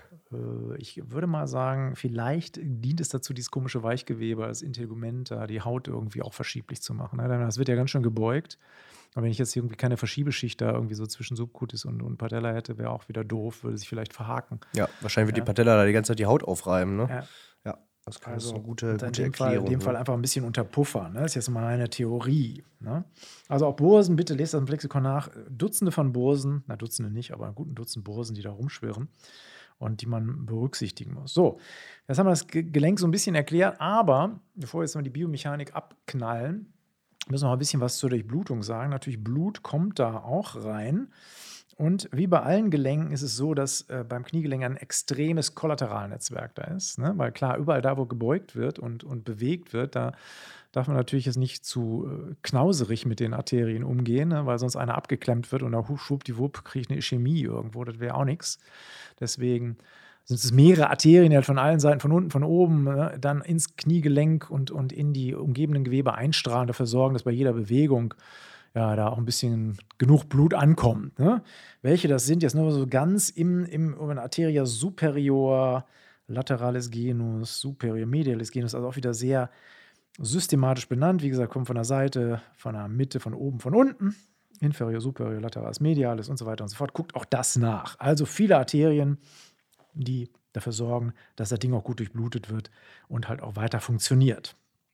Äh, ich würde mal sagen, vielleicht dient es dazu, dieses komische Weichgewebe als Integument, da die Haut irgendwie auch verschieblich zu machen. Ne? Das wird ja ganz schön gebeugt. Aber wenn ich jetzt irgendwie keine Verschiebeschicht da irgendwie so zwischen Subcutis und, und Patella hätte, wäre auch wieder doof, würde sich vielleicht verhaken. Ja, wahrscheinlich wird Ja. die Patella da die ganze Zeit die Haut aufreiben, ne? Ja. Ja, das kann Also das ist eine gute, und in gute dem Fall, Erklärung. in dem ne? Fall einfach ein bisschen unter Puffer. Ne? Das ist jetzt mal eine Theorie. Ne? Also auch Bursen, bitte lest das im Lexikon nach. Dutzende von Bursen, na Dutzende nicht, aber einen guten Dutzend Bursen, die da rumschwirren. und die man berücksichtigen muss. So, jetzt haben wir das Ge- Gelenk so ein bisschen erklärt, aber bevor wir jetzt mal die Biomechanik abknallen, müssen wir mal ein bisschen was zur Durchblutung sagen. Natürlich, Blut kommt da auch rein. Und wie bei allen Gelenken ist es so, dass äh, beim Kniegelenk ein extremes Kollateralnetzwerk da ist. Ne? Weil klar, überall da, wo gebeugt wird und, und bewegt wird, da darf man natürlich jetzt nicht zu äh, knauserig mit den Arterien umgehen, ne? Weil sonst einer abgeklemmt wird und da schwuppdiwupp kriege ich eine Ischämie irgendwo. Das wäre auch nichts. Deswegen sind es mehrere Arterien, die halt von allen Seiten, von unten, von oben, ne, dann ins Kniegelenk und, und in die umgebenden Gewebe einstrahlen, dafür sorgen, dass bei jeder Bewegung ja, da auch ein bisschen genug Blut ankommt. Ne? Welche das sind, jetzt nur so ganz im, im, im Arteria superior, lateralis genus, superior medialis genus, also auch wieder sehr systematisch benannt. Wie gesagt, kommt von der Seite, von der Mitte, von oben, von unten. Inferior, superior, lateralis medialis und so weiter und so fort. Guckt auch das nach. Also viele Arterien, die dafür sorgen, dass das Ding auch gut durchblutet wird und halt auch weiter funktioniert.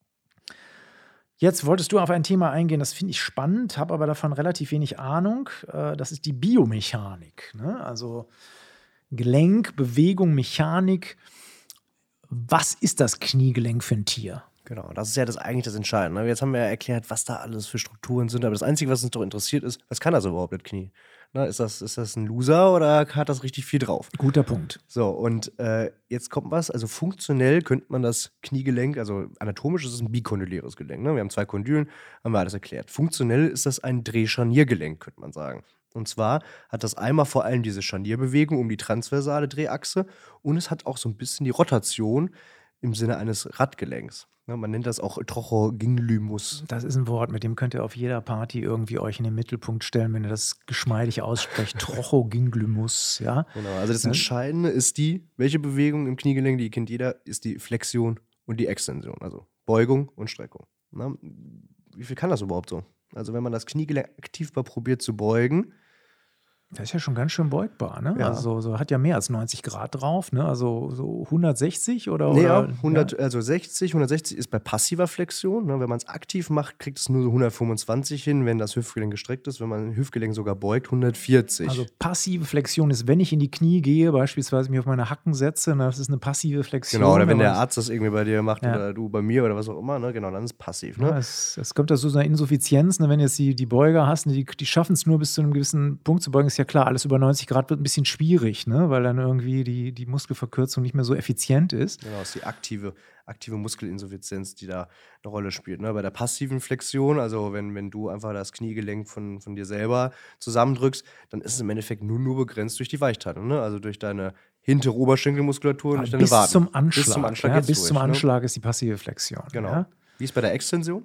Jetzt wolltest du auf ein Thema eingehen, das finde ich spannend, habe aber davon relativ wenig Ahnung. Das ist die Biomechanik. Ne? Also Gelenk, Bewegung, Mechanik. Was ist das Kniegelenk für ein Tier? Genau, das ist ja das eigentlich das Entscheidende. Jetzt haben wir ja erklärt, was da alles für Strukturen sind, aber das Einzige, was uns doch interessiert, ist, was kann das überhaupt, das Knie? Na, ist das, ist das ein Loser oder hat das richtig viel drauf? Guter Punkt. So, und äh, jetzt kommt was. Also funktionell könnte man das Kniegelenk, also anatomisch ist es ein bikondyläres Gelenk. Ne? Wir haben zwei Kondylen, haben wir alles erklärt. Funktionell ist das ein Drehscharniergelenk, könnte man sagen. Und zwar hat das einmal vor allem diese Scharnierbewegung um die transversale Drehachse und es hat auch so ein bisschen die Rotation im Sinne eines Radgelenks. Ne, man nennt das auch Trochogynlymus. Das ist ein Wort, mit dem könnt ihr auf jeder Party irgendwie euch in den Mittelpunkt stellen, wenn ihr das geschmeidig aussprecht. Trochogynlymus, ja. Genau, also das Entscheidende ist die, welche Bewegung im Kniegelenk, die kennt jeder, ist die Flexion und die Extension, also Beugung und Streckung. Na, wie viel kann das überhaupt so? Also wenn man das Kniegelenk aktiv mal probiert zu beugen, das ist ja schon ganz schön beugbar, ne? Ja. Also so hat ja mehr als neunzig Grad drauf, ne? Also so hundertsechzig oder? Nee, oder ja, hundert, also sechzig, hundertsechzig ist bei passiver Flexion. Ne? Wenn man es aktiv macht, kriegt es nur so hundertfünfundzwanzig hin, wenn das Hüftgelenk gestreckt ist. Wenn man ein Hüftgelenk sogar beugt, hundertvierzig. Also passive Flexion ist, wenn ich in die Knie gehe, beispielsweise mich auf meine Hacken setze, na, das ist eine passive Flexion. Genau, oder wenn der man- Arzt das irgendwie bei dir macht Ja. oder du bei mir oder was auch immer, ne? Genau, dann ist es passiv. Ne? Ja, es, es kommt da so eine Insuffizienz, ne? Wenn jetzt die, die Beuger hast, ne? die, die schaffen es nur bis zu einem gewissen Punkt zu beugen, ist ja klar, alles über neunzig Grad wird ein bisschen schwierig, ne? Weil dann irgendwie die, die Muskelverkürzung nicht mehr so effizient ist. Genau, das ist die aktive, aktive Muskelinsuffizienz, die da eine Rolle spielt. Ne? Bei der passiven Flexion, also wenn, wenn du einfach das Kniegelenk von, von dir selber zusammendrückst, dann ist es im Endeffekt nur, nur begrenzt durch die Weichteilung. Ne? Also durch deine hintere Oberschenkelmuskulatur und durch deine bis, Waden. zum Anschlag, Bis zum Anschlag, ja, geht's bis durch, zum ne? Anschlag ist die passive Flexion. Genau. Ja? Wie ist bei der Extension?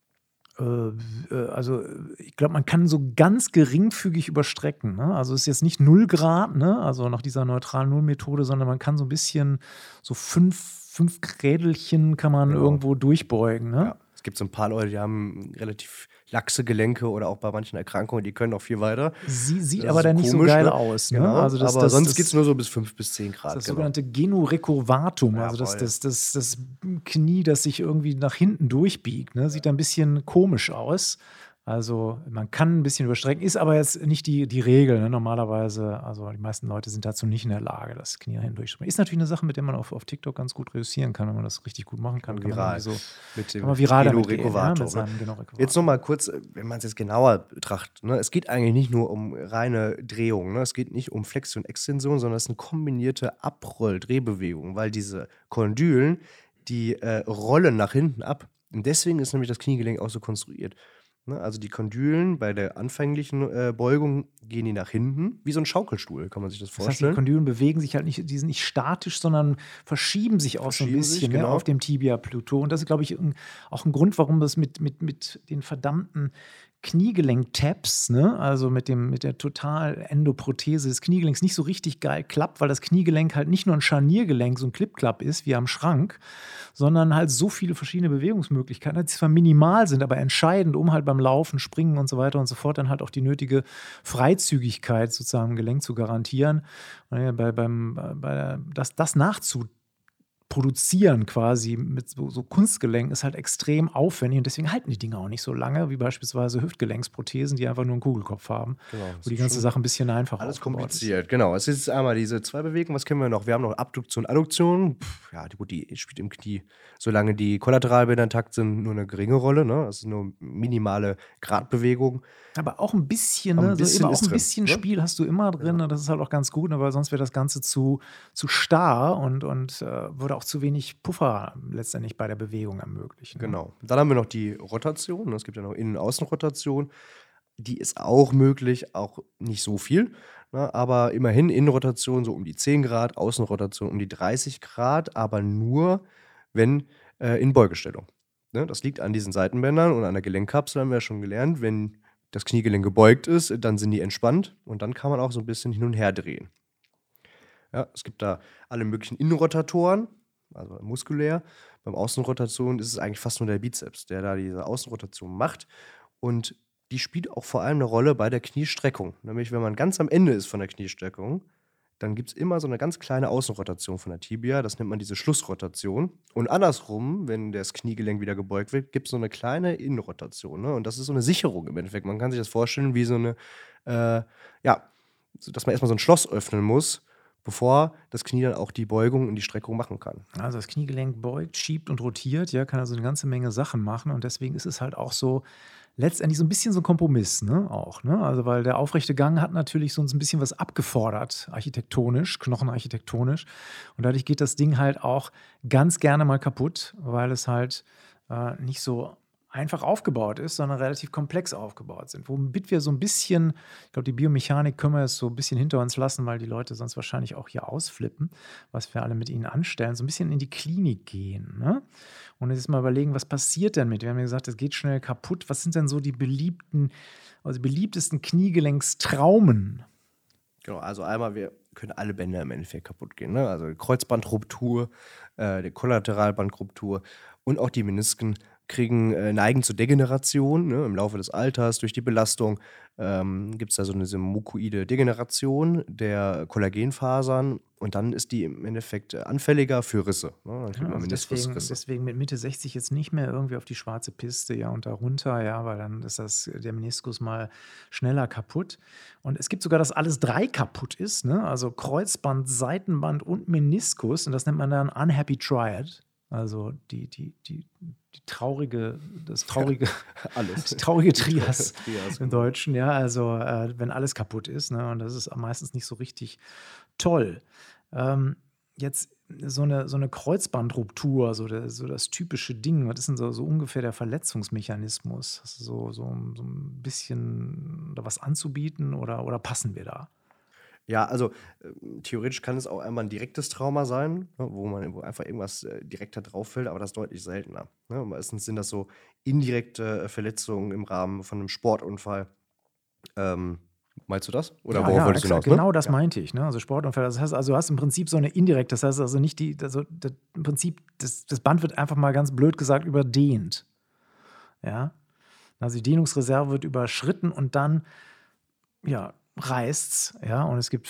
Äh, äh, also äh, ich glaube, man kann so ganz geringfügig überstrecken. Ne? Also es ist jetzt nicht null Grad, ne? Also nach dieser neutralen Null-Methode, sondern man kann so ein bisschen, so fünf, fünf Grädelchen kann man Genau. irgendwo durchbeugen. Ne? Ja. Es gibt so ein paar Leute, die haben relativ laxe Gelenke oder auch bei manchen Erkrankungen, die können auch viel weiter. Sie sieht Das aber ist dann nicht so komisch, geil ne? aus. Ne? Genau. Also das, aber das, sonst das, geht es nur so bis fünf bis zehn Grad. das genau. sogenannte Genu recurvatum, Ja, also das, voll. das, das, das Knie, das sich irgendwie nach hinten durchbiegt. Ne? Sieht ein bisschen komisch aus. Also man kann ein bisschen überstrecken, ist aber jetzt nicht die, die Regel. Ne? Normalerweise, also die meisten Leute sind dazu nicht in der Lage, das Knie hindurchzuspringen. Ist natürlich eine Sache, mit der man auf, auf TikTok ganz gut reüssieren kann, wenn man das richtig gut machen kann. kann Viral. Man so, Mit dem kann man viral Genu damit gehen, ja, recurvatum, mit seinem Genu recurvatum. Jetzt nochmal kurz, wenn man es jetzt genauer betrachtet. Ne? Es geht eigentlich nicht nur um reine Drehung. Ne? Es geht nicht um Flexion und Extension, sondern es ist eine kombinierte Abroll-Drehbewegung, weil diese Kondylen, die äh, rollen nach hinten ab. Und deswegen ist nämlich das Kniegelenk auch so konstruiert. Ne? Also die Kondylen bei der anfänglichen äh, Beugung gehen die nach hinten, wie so ein Schaukelstuhl, kann man sich das Das heißt, die vorstellen. Kondylen bewegen sich halt nicht, die sind nicht statisch, sondern verschieben sich auch so ein Verschieben sich, bisschen, ne, genau. auf dem Tibia-Plateau. Und das ist, glaube ich, ein, auch ein Grund, warum das mit, mit, mit den verdammten Kniegelenk-Taps, ne, also mit, dem, mit der Total-Endoprothese des Kniegelenks nicht so richtig geil klappt, weil das Kniegelenk halt nicht nur ein Scharniergelenk, so ein Clip-Clap ist, wie am Schrank, sondern halt so viele verschiedene Bewegungsmöglichkeiten hat, die zwar minimal sind, aber entscheidend, um halt beim Laufen, Springen und so weiter und so fort dann halt auch die nötige Freizügigkeit sozusagen im Gelenk zu garantieren. Und ja, bei, beim, bei der, das, das nachzu produzieren quasi mit so, so Kunstgelenken ist halt extrem aufwendig und deswegen halten die Dinger auch nicht so lange, wie beispielsweise Hüftgelenksprothesen, die einfach nur einen Kugelkopf haben, Genau, wo das die ist ganze schon Sache ein bisschen einfacher alles aufgebaut ist. kompliziert. Genau, es ist einmal diese zwei Bewegungen. Was kennen wir noch? Wir haben noch Abduktion, Adduktion. Pff, ja, die, gut, die spielt im Knie, solange die Kollateralbänder intakt sind, nur eine geringe Rolle. Ne? Das ist nur minimale Gradbewegung. Aber auch ein bisschen, Aber ne? ein So bisschen immer auch ist ein drin, bisschen ne? Spiel hast du immer drin Genau. und das ist halt auch ganz gut, ne? Weil sonst wäre das Ganze zu, zu starr und, und äh, würde auch zu wenig Puffer letztendlich bei der Bewegung ermöglichen. Ne? Genau. Dann haben wir noch die Rotation. Ne? Es gibt ja noch Innen- und Außenrotation. Die ist auch möglich, auch nicht so viel, ne? Aber immerhin Innenrotation so um die zehn Grad, Außenrotation um die dreißig Grad, aber nur, wenn äh, in Beugestellung. Ne? Das liegt an diesen Seitenbändern und an der Gelenkkapsel, haben wir ja schon gelernt. Wenn das Kniegelenk gebeugt ist, dann sind die entspannt und dann kann man auch so ein bisschen hin und her drehen. Ja, es gibt da alle möglichen Innenrotatoren, also muskulär. Beim Außenrotation ist es eigentlich fast nur der Bizeps, der da diese Außenrotation macht. Und die spielt auch vor allem eine Rolle bei der Kniestreckung. Nämlich, wenn man ganz am Ende ist von der Kniestreckung, dann gibt es immer so eine ganz kleine Außenrotation von der Tibia. Das nennt man diese Schlussrotation. Und andersrum, wenn das Kniegelenk wieder gebeugt wird, gibt es so eine kleine Innenrotation. Ne? Und das ist so eine Sicherung im Endeffekt. Man kann sich das vorstellen wie so eine, äh, ja, so, dass man erstmal so ein Schloss öffnen muss, bevor das Knie dann auch die Beugung und die Streckung machen kann. Also das Kniegelenk beugt, schiebt und rotiert, ja, kann also eine ganze Menge Sachen machen und deswegen ist es halt auch so letztendlich so ein bisschen so ein Kompromiss, ne, auch, ne? Also, weil der aufrechte Gang hat natürlich so ein bisschen was abgefordert, architektonisch, knochenarchitektonisch und dadurch geht das Ding halt auch ganz gerne mal kaputt, weil es halt, äh, nicht so einfach aufgebaut ist, sondern relativ komplex aufgebaut sind. Womit wir so ein bisschen ich glaube, die Biomechanik können wir jetzt so ein bisschen hinter uns lassen, weil die Leute sonst wahrscheinlich auch hier ausflippen, was wir alle mit ihnen anstellen, so ein bisschen in die Klinik gehen, ne? Und jetzt mal überlegen, was passiert denn mit wir haben ja gesagt, es geht schnell kaputt. Was sind denn so die beliebten also beliebtesten Kniegelenkstraumen? Genau, also einmal, wir können alle Bänder im Endeffekt kaputt gehen. Ne? Also die Kreuzbandruptur, äh, die Kollateralbandruptur und auch die Menisken kriegen äh, neigen zur Degeneration. Ne? Im Laufe des Alters, durch die Belastung, ähm, gibt es da so eine, so eine mukoide Degeneration der Kollagenfasern und dann ist die im Endeffekt äh, anfälliger für Risse. Ne? Dann kriegt Ja, man also deswegen, Meniskusrisse. deswegen mit Mitte sechzig jetzt nicht mehr irgendwie auf die schwarze Piste, ja, und darunter, ja, weil dann ist das, der Meniskus mal schneller kaputt. Und es gibt sogar, dass alles drei kaputt ist, ne? Also Kreuzband, Seitenband und Meniskus. Und das nennt man dann Unhappy Triad. Also die, die, die, die traurige, das traurige, Alles. die traurige Trias Trias, im genau. Deutschen, ja. Also äh, wenn alles kaputt ist, ne? Und das ist meistens nicht so richtig toll. Ähm, jetzt so eine, so eine Kreuzbandruptur, so, der, so das typische Ding, was ist denn so, so ungefähr der Verletzungsmechanismus? Hast du so, so, so ein bisschen da was anzubieten oder, oder passen wir da? Ja, also ähm, theoretisch kann es auch einmal ein direktes Trauma sein, ne, wo man wo einfach irgendwas äh, direkter drauf fällt, aber das ist deutlich seltener. Ne? Meistens sind das so indirekte äh, Verletzungen im Rahmen von einem Sportunfall. Ähm, meinst du das? Oder Ja, worauf ja, wolltest du exakt, hinaus, ne? genau das Ja. meinte ich. Ne? Also Sportunfall, das heißt, also du hast im Prinzip so eine indirekt, das heißt also nicht die, also das, im Prinzip, das, das Band wird einfach mal ganz blöd gesagt überdehnt. Ja, also die Dehnungsreserve wird überschritten und dann, ja, reißt's, ja, und es gibt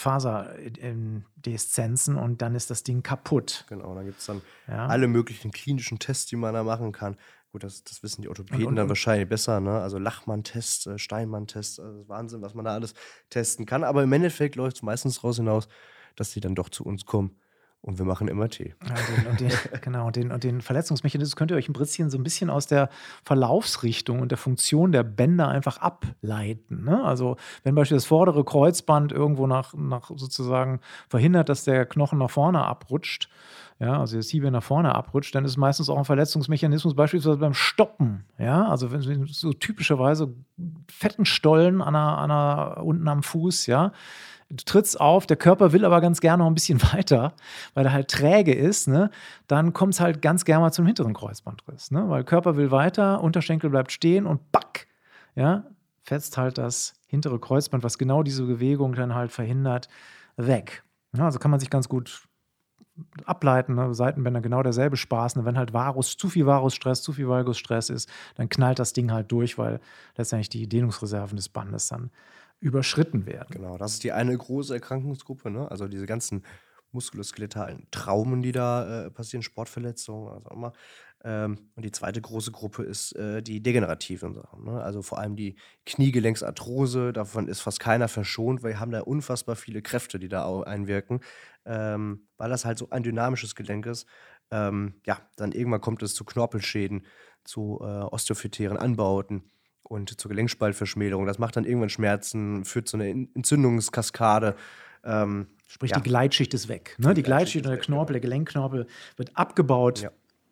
Faserdeszensen und dann ist das Ding kaputt. Genau, dann gibt es dann Ja. alle möglichen klinischen Tests, die man da machen kann. Gut, das, das wissen die Orthopäden Und- und- dann und- wahrscheinlich besser, ne? Also Lachmann-Test, äh, Steinmann-Test, also das ist Wahnsinn, was man da alles testen kann. Aber im Endeffekt läuft es meistens raus hinaus, dass die dann doch zu uns kommen und wir machen M R T. Ja, und den, und den, genau, und den, und den Verletzungsmechanismus könnt ihr euch im Prinzip so ein bisschen aus der Verlaufsrichtung und der Funktion der Bänder einfach ableiten. Ne? Also, wenn beispielsweise das vordere Kreuzband irgendwo nach, nach sozusagen verhindert, dass der Knochen nach vorne abrutscht, ja, also das Tibia nach vorne abrutscht, dann ist meistens auch ein Verletzungsmechanismus, beispielsweise beim Stoppen. Ja, also wenn wenn so typischerweise fetten Stollen an einer, an einer, unten am Fuß, ja. Du trittst auf, der Körper will aber ganz gerne noch ein bisschen weiter, weil er halt träge ist, ne? Dann kommt es halt ganz gerne mal zum hinteren Kreuzbandriss, ne? Weil Körper will weiter, Unterschenkel bleibt stehen und back, ja, fetzt halt das hintere Kreuzband, was genau diese Bewegung dann halt verhindert, weg. Ja, also kann man sich ganz gut ableiten, ne? Seitenbänder genau derselbe Spaß, ne? Wenn halt Varus, zu viel Varusstress, zu viel Valgusstress ist, dann knallt das Ding halt durch, weil letztendlich die Dehnungsreserven des Bandes dann überschritten werden. Genau, das ist die eine große Erkrankungsgruppe, ne? Also diese ganzen muskuloskeletalen Traumen, die da äh, passieren, Sportverletzungen, was auch immer. Ähm, und die zweite große Gruppe ist äh, die degenerativen Sachen. Ne? Also vor allem die Kniegelenksarthrose, davon ist fast keiner verschont, weil wir haben da unfassbar viele Kräfte, die da au- einwirken, ähm, weil das halt so ein dynamisches Gelenk ist. Ähm, ja, dann irgendwann kommt es zu Knorpelschäden, zu äh, osteophytären Anbauten und zur Gelenkspaltverschmälerung. Das macht dann irgendwann Schmerzen, führt zu einer En- Entzündungskaskade. Ähm, Sprich, die ja, Gleitschicht ist weg. Ne? Die die Gleitschicht Gleitschicht und ist der weg, Knorpel, genau. der Gelenkknorpel wird abgebaut. Ja.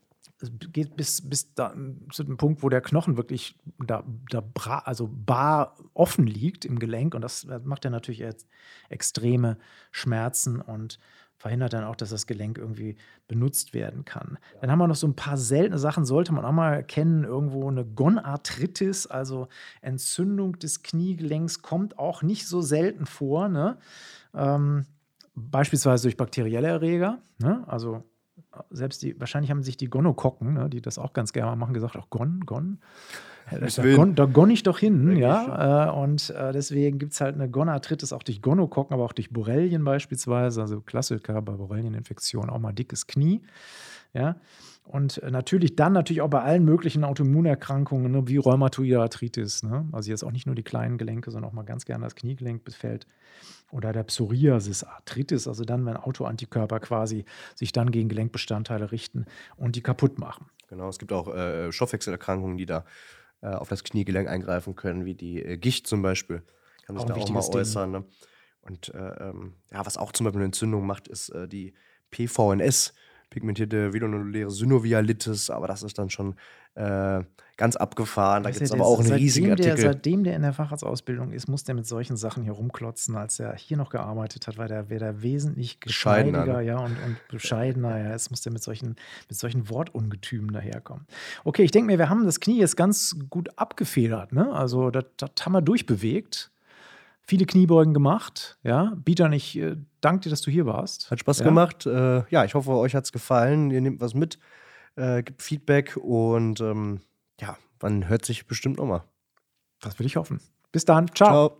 Es geht bis, bis da, zu dem Punkt, wo der Knochen wirklich da, da bra, also bar offen liegt im Gelenk. Und das macht dann natürlich jetzt extreme Schmerzen und verhindert dann auch, dass das Gelenk irgendwie benutzt werden kann. Dann haben wir noch so ein paar seltene Sachen, sollte man auch mal kennen. Irgendwo eine Gonarthritis, also Entzündung des Kniegelenks, kommt auch nicht so selten vor. Ne? Ähm, beispielsweise durch bakterielle Erreger. Ne? Also selbst die, wahrscheinlich haben sich die Gonokokken, ne, die das auch ganz gerne machen, gesagt, ach Gon, Gon, da, Müssen da, wir hin. gon, da gonn ich doch hin, Da geh ich ja. Äh, und äh, deswegen gibt es halt eine Gonarthritis auch durch Gonokokken, aber auch durch Borrelien beispielsweise, also Klassiker bei Borrelieninfektionen, auch mal dickes Knie, ja. Und äh, natürlich dann natürlich auch bei allen möglichen Autoimmunerkrankungen, ne, wie Rheumatoide Arthritis, ne? Also jetzt auch nicht nur die kleinen Gelenke, sondern auch mal ganz gerne das Kniegelenk befällt. Oder der Psoriasis, Arthritis, also dann, wenn Autoantikörper quasi sich dann gegen Gelenkbestandteile richten und die kaputt machen. Genau, es gibt auch äh, Stoffwechselerkrankungen, die da äh, auf das Kniegelenk eingreifen können, wie die äh, Gicht zum Beispiel. Kann sich Auch ein da auch mal wichtiges Ding. äußern. Ne? Und äh, ähm, ja, was auch zum Beispiel eine Entzündung macht, ist äh, die P V N S, pigmentierte velonoduläre Synovialitis, aber das ist dann schon äh, ganz abgefahren. Da Weißt gibt es du, aber der- auch einen seitdem riesigen der, Artikel. seitdem der in der Facharztausbildung ist, muss der mit solchen Sachen hier rumklotzen, als er hier noch gearbeitet hat, weil der wäre der wesentlich Bescheidener, geschmeidiger, ne? ja, und, und bescheidener. Ja, jetzt muss der mit solchen, mit solchen Wortungetümen daherkommen. Okay, ich denke mir, wir haben das Knie jetzt ganz gut abgefedert, ne? Also, das, das haben wir durchbewegt. Viele Kniebeugen gemacht, ja. Bijan, ich äh, danke dir, dass du hier warst. Hat Spaß ja. gemacht. Äh, ja, ich hoffe, euch hat es gefallen. Ihr nehmt was mit, äh, gibt Feedback und ähm, ja, man hört sich bestimmt nochmal. Das will ich hoffen. Bis dann. Ciao. Ciao.